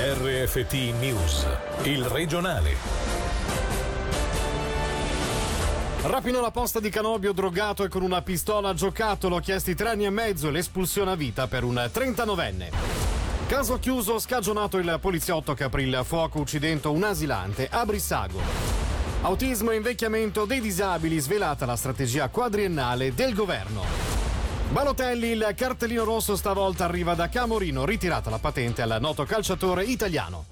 RFT News, il regionale. Rapino alla posta di Canobbio, drogato e con una pistola a giocattolo, chiesti 3 anni e mezzo e l'espulsione a vita per un 39enne. Caso chiuso, scagionato il poliziotto che aprì il fuoco uccidendo un asilante a Brissago. Autismo e invecchiamento dei disabili, svelata la strategia quadriennale del governo. Balotelli, il cartellino rosso stavolta arriva da Camorino, ritirata la patente al noto calciatore italiano.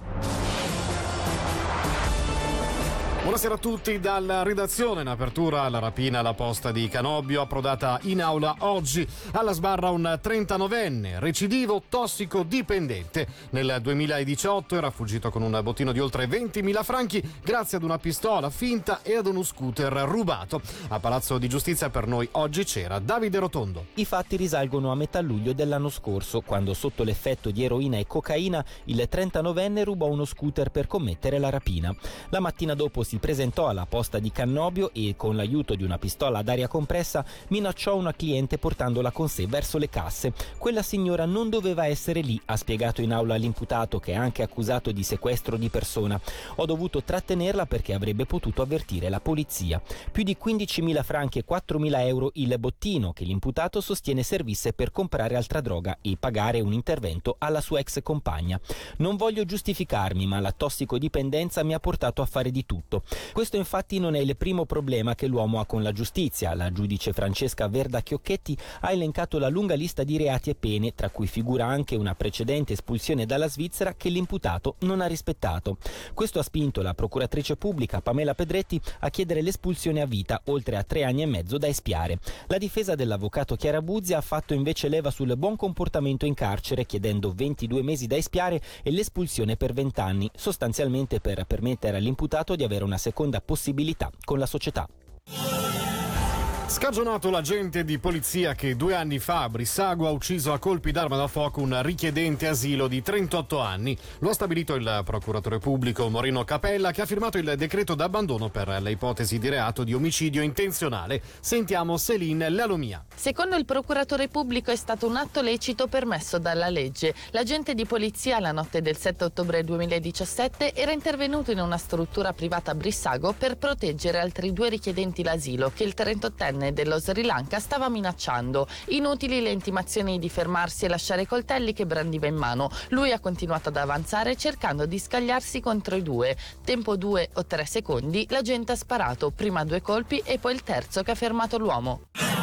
Buonasera a tutti dalla redazione. In apertura la rapina alla posta di Canobbio, approdata in aula oggi. Alla sbarra un 39enne, recidivo tossicodipendente. Nel 2018 era fuggito con un bottino di oltre 20.000 franchi grazie ad una pistola finta e ad uno scooter rubato. A Palazzo di Giustizia per noi oggi c'era Davide Rotondo. I fatti risalgono a metà luglio dell'anno scorso, quando sotto l'effetto di eroina e cocaina il 39enne rubò uno scooter per commettere la rapina. La mattina dopo si presentò alla posta di Canobbio e, con l'aiuto di una pistola ad aria compressa, minacciò una cliente portandola con sé verso le casse. Quella signora non doveva essere lì, ha spiegato in aula l'imputato, che è anche accusato di sequestro di persona. Ho dovuto trattenerla perché avrebbe potuto avvertire la polizia. Più di 15.000 franchi e 4.000 euro il bottino che l'imputato sostiene servisse per comprare altra droga e pagare un intervento alla sua ex compagna. Non voglio giustificarmi, ma la tossicodipendenza mi ha portato a fare di tutto. Questo infatti non è il primo problema che l'uomo ha con la giustizia. La giudice Francesca Verda Chiocchetti ha elencato la lunga lista di reati e pene, tra cui figura anche una precedente espulsione dalla Svizzera che l'imputato non ha rispettato. Questo ha spinto la procuratrice pubblica Pamela Pedretti a chiedere l'espulsione a vita, oltre a 3 anni e mezzo da espiare. La difesa dell'avvocato Chiara Buzzi ha fatto invece leva sul buon comportamento in carcere, chiedendo 22 mesi da espiare e l'espulsione per 20 anni, sostanzialmente per permettere all'imputato di avere una seconda possibilità con la società. Scagionato l'agente di polizia che 2 anni fa a Brissago ha ucciso a colpi d'arma da fuoco un richiedente asilo di 38 anni. Lo ha stabilito il procuratore pubblico Moreno Capella, che ha firmato il decreto d'abbandono per le ipotesi di reato di omicidio intenzionale. Sentiamo Céline Lalomia. Secondo il procuratore pubblico è stato un atto lecito permesso dalla legge. L'agente di polizia la notte del 7 ottobre 2017 era intervenuto in una struttura privata a Brissago per proteggere altri 2 richiedenti l'asilo che il 38enne dello Sri Lanka stava minacciando. Inutili le intimazioni di fermarsi e lasciare i coltelli che brandiva in mano. Lui ha continuato ad avanzare cercando di scagliarsi contro i 2. Tempo 2 o 3 secondi, l'agente ha sparato, prima 2 colpi e poi il terzo che ha fermato l'uomo.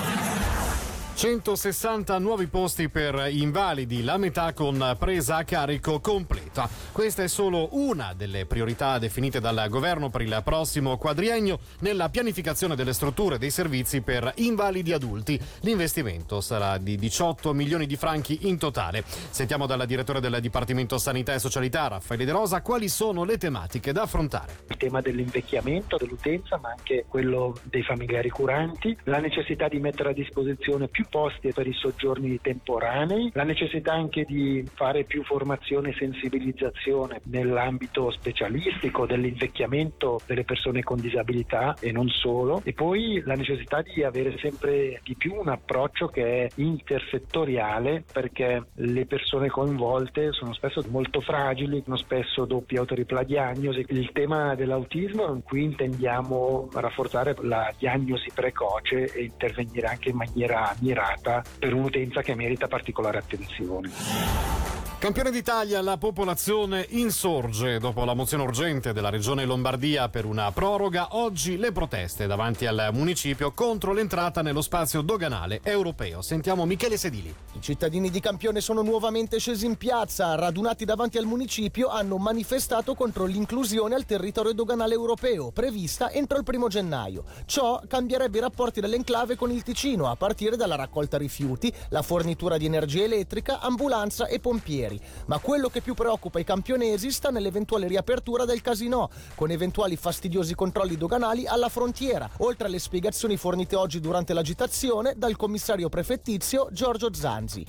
160 nuovi posti per invalidi, la metà con presa a carico completa. Questa è solo una delle priorità definite dal governo per il prossimo quadriennio nella pianificazione delle strutture dei servizi per invalidi adulti. L'investimento sarà di 18 milioni di franchi in totale. Sentiamo dal direttore del Dipartimento Sanità e Socialità, Raffaele De Rosa, quali sono le tematiche da affrontare. Il tema dell'invecchiamento dell'utenza, ma anche quello dei familiari curanti, la necessità di mettere a disposizione più posti per i soggiorni temporanei, la necessità anche di fare più formazione e sensibilizzazione nell'ambito specialistico dell'invecchiamento delle persone con disabilità e non solo, e poi la necessità di avere sempre di più un approccio che è intersettoriale, perché le persone coinvolte sono spesso molto fragili, sono spesso doppia o tripla diagnosi. Il tema dell'autismo, qui intendiamo rafforzare la diagnosi precoce e intervenire anche in maniera mirata per un'utenza che merita particolare attenzione. Campione d'Italia, la popolazione insorge dopo la mozione urgente della Regione Lombardia per una proroga. Oggi le proteste davanti al municipio contro l'entrata nello spazio doganale europeo. Sentiamo Michele Sedili. I cittadini di Campione sono nuovamente scesi in piazza, radunati davanti al municipio, hanno manifestato contro l'inclusione al territorio doganale europeo, prevista entro il 1 gennaio. Ciò cambierebbe i rapporti dell'enclave con il Ticino, a partire dalla raccolta rifiuti, la fornitura di energia elettrica, ambulanza e pompieri. Ma quello che più preoccupa i campionesi sta nell'eventuale riapertura del casinò, con eventuali fastidiosi controlli doganali alla frontiera, oltre alle spiegazioni fornite oggi durante l'agitazione dal commissario prefettizio Giorgio Zanzi.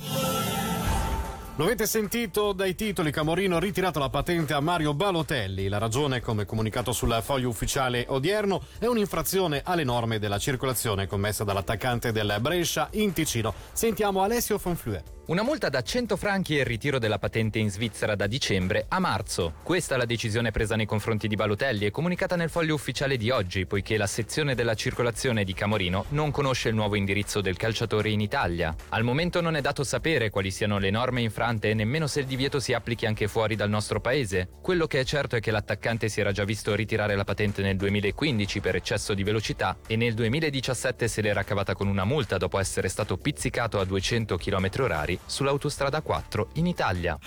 Lo avete sentito dai titoli, Camorino ha ritirato la patente a Mario Balotelli. La ragione, come comunicato sul foglio ufficiale odierno, è un'infrazione alle norme della circolazione commessa dall'attaccante del Brescia in Ticino. Sentiamo Alessio Fonflue. Una multa da 100 franchi e il ritiro della patente in Svizzera da dicembre a marzo. Questa è la decisione presa nei confronti di Balotelli e comunicata nel foglio ufficiale di oggi, poiché la sezione della circolazione di Camorino non conosce il nuovo indirizzo del calciatore in Italia. Al momento non è dato sapere quali siano le norme infrante e nemmeno se il divieto si applichi anche fuori dal nostro paese. Quello che è certo è che l'attaccante si era già visto ritirare la patente nel 2015 per eccesso di velocità e nel 2017 se l'era cavata con una multa dopo essere stato pizzicato a 200 km/h sull'autostrada 4 in Italia.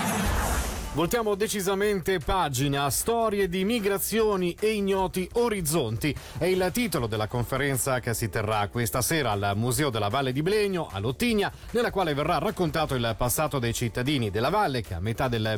Voltiamo decisamente pagina. Storie di migrazioni e ignoti orizzonti è il titolo della conferenza che si terrà questa sera al Museo della Valle di Blegno a Lottigna, nella quale verrà raccontato il passato dei cittadini della valle che a metà del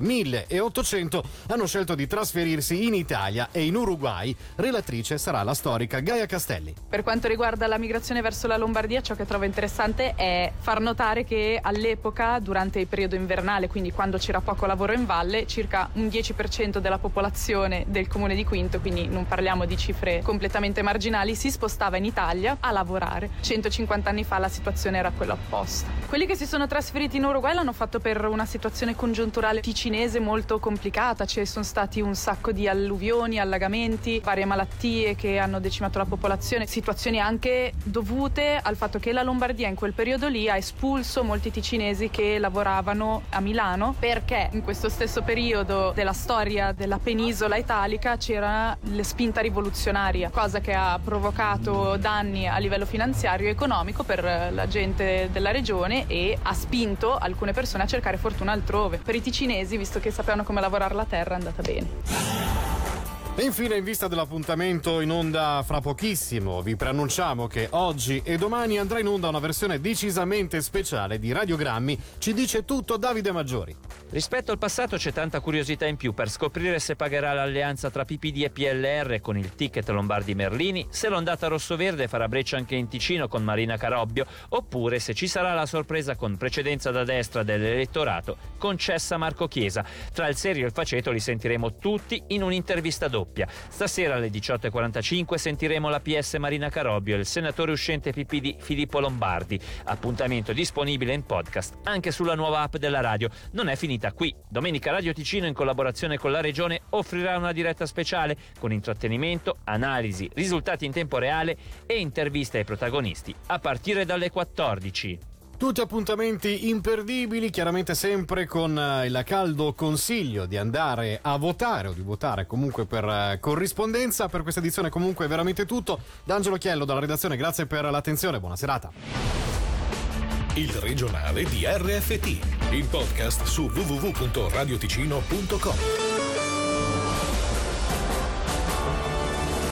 1800 hanno scelto di trasferirsi in Italia e in Uruguay. Relatrice sarà la storica Gaia Castelli. Per quanto riguarda la migrazione verso la Lombardia, ciò che trovo interessante è far notare che all'epoca, durante il periodo invernale, quindi quando c'era poco lavoro in valle, circa un 10% della popolazione del comune di Quinto, quindi non parliamo di cifre completamente marginali, si spostava in Italia a lavorare. 150 anni fa la situazione era quella opposta. Quelli che si sono trasferiti in Uruguay l'hanno fatto per una situazione congiunturale ticinese molto complicata. Ci sono stati un sacco di alluvioni, allagamenti, varie malattie che hanno decimato la popolazione, situazioni anche dovute al fatto che la Lombardia in quel periodo lì ha espulso molti ticinesi che lavoravano a Milano, perché in questo stesso periodo della storia della penisola italica c'era la spinta rivoluzionaria, cosa che ha provocato danni a livello finanziario e economico per la gente della regione e ha spinto alcune persone a cercare fortuna altrove. Per i ticinesi, visto che sapevano come lavorare la terra, è andata bene. E infine, in vista dell'appuntamento in onda fra pochissimo, vi preannunciamo che oggi e domani andrà in onda una versione decisamente speciale di Radiogrammi. Ci dice tutto Davide Maggiori. Rispetto al passato c'è tanta curiosità in più per scoprire se pagherà l'alleanza tra PPD e PLR con il ticket Lombardi Merlini, se l'ondata rossoverde farà breccia anche in Ticino con Marina Carobbio, oppure se ci sarà la sorpresa con precedenza da destra dell'elettorato concessa Marco Chiesa. Tra il serio e il faceto li sentiremo tutti in un'intervista doppia. Stasera alle 18:45 sentiremo la PS Marina Carobbio e il senatore uscente PPD Filippo Lombardi. Appuntamento disponibile in podcast anche sulla nuova app della radio. Non è finita qui. Domenica Radio Ticino, in collaborazione con la Regione, offrirà una diretta speciale con intrattenimento, analisi, risultati in tempo reale e interviste ai protagonisti a partire dalle 14. Tutti appuntamenti imperdibili, chiaramente sempre con il caldo consiglio di andare a votare o di votare comunque per corrispondenza. Per questa edizione comunque è veramente tutto. D'Angelo Chiello dalla redazione, grazie per l'attenzione, buona serata. Il regionale di RFT, il podcast su www.radioticino.com.